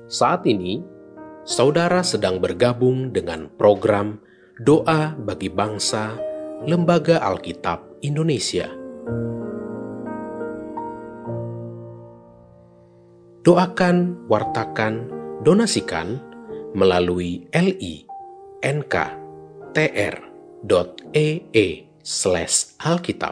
Saat ini, saudara sedang bergabung dengan program Doa bagi Bangsa Lembaga Alkitab Indonesia. Doakan, wartakan, donasikan melalui li.nk.tr.ee/alkitab.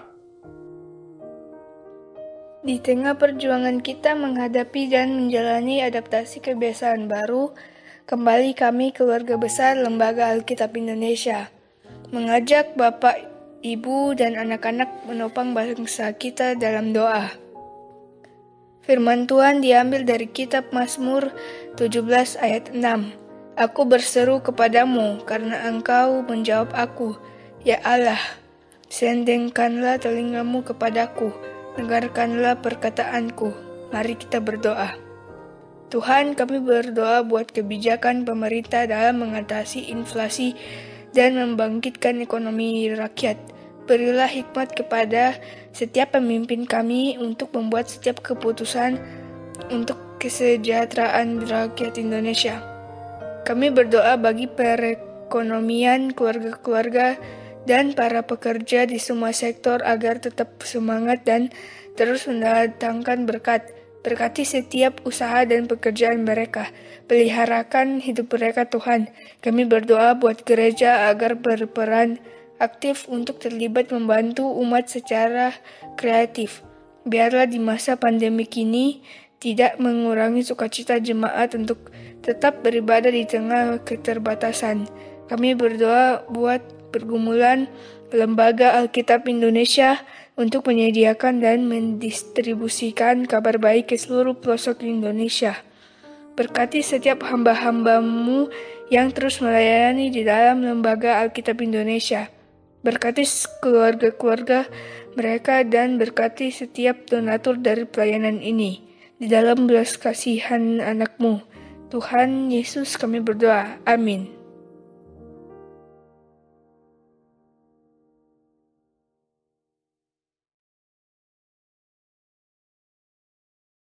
Di tengah perjuangan kita menghadapi dan menjalani adaptasi kebiasaan baru, kembali kami keluarga besar Lembaga Alkitab Indonesia mengajak Bapak, Ibu, dan anak-anak menopang bangsa kita dalam doa. Firman Tuhan diambil dari kitab Mazmur 17 ayat 6. Aku berseru kepadamu karena engkau menjawab aku, ya Allah. Sendengkanlah telingamu kepadaku, dengarkanlah perkataanku. Mari kita berdoa. Tuhan, kami berdoa buat kebijakan pemerintah dalam mengatasi inflasi dan membangkitkan ekonomi rakyat. Berilah hikmat kepada setiap pemimpin kami untuk membuat setiap keputusan untuk kesejahteraan rakyat Indonesia. Kami berdoa bagi perekonomian keluarga-keluarga dan para pekerja di semua sektor agar tetap semangat dan terus mendatangkan berkat. Berkati setiap usaha dan pekerjaan mereka. Peliharakan hidup mereka Tuhan. Kami berdoa buat gereja agar berperan aktif untuk terlibat membantu umat secara kreatif. Biarlah di masa pandemi ini tidak mengurangi sukacita jemaat untuk tetap beribadah di tengah keterbatasan. Kami berdoa buat pergumulan Lembaga Alkitab Indonesia untuk menyediakan dan mendistribusikan kabar baik ke seluruh pelosok Indonesia. Berkati setiap hamba-hambamu yang terus melayani di dalam Lembaga Alkitab Indonesia. Berkati keluarga-keluarga mereka dan berkati setiap donatur dari pelayanan ini. Di dalam belas kasihan anak-Mu, Tuhan Yesus kami berdoa. Amin.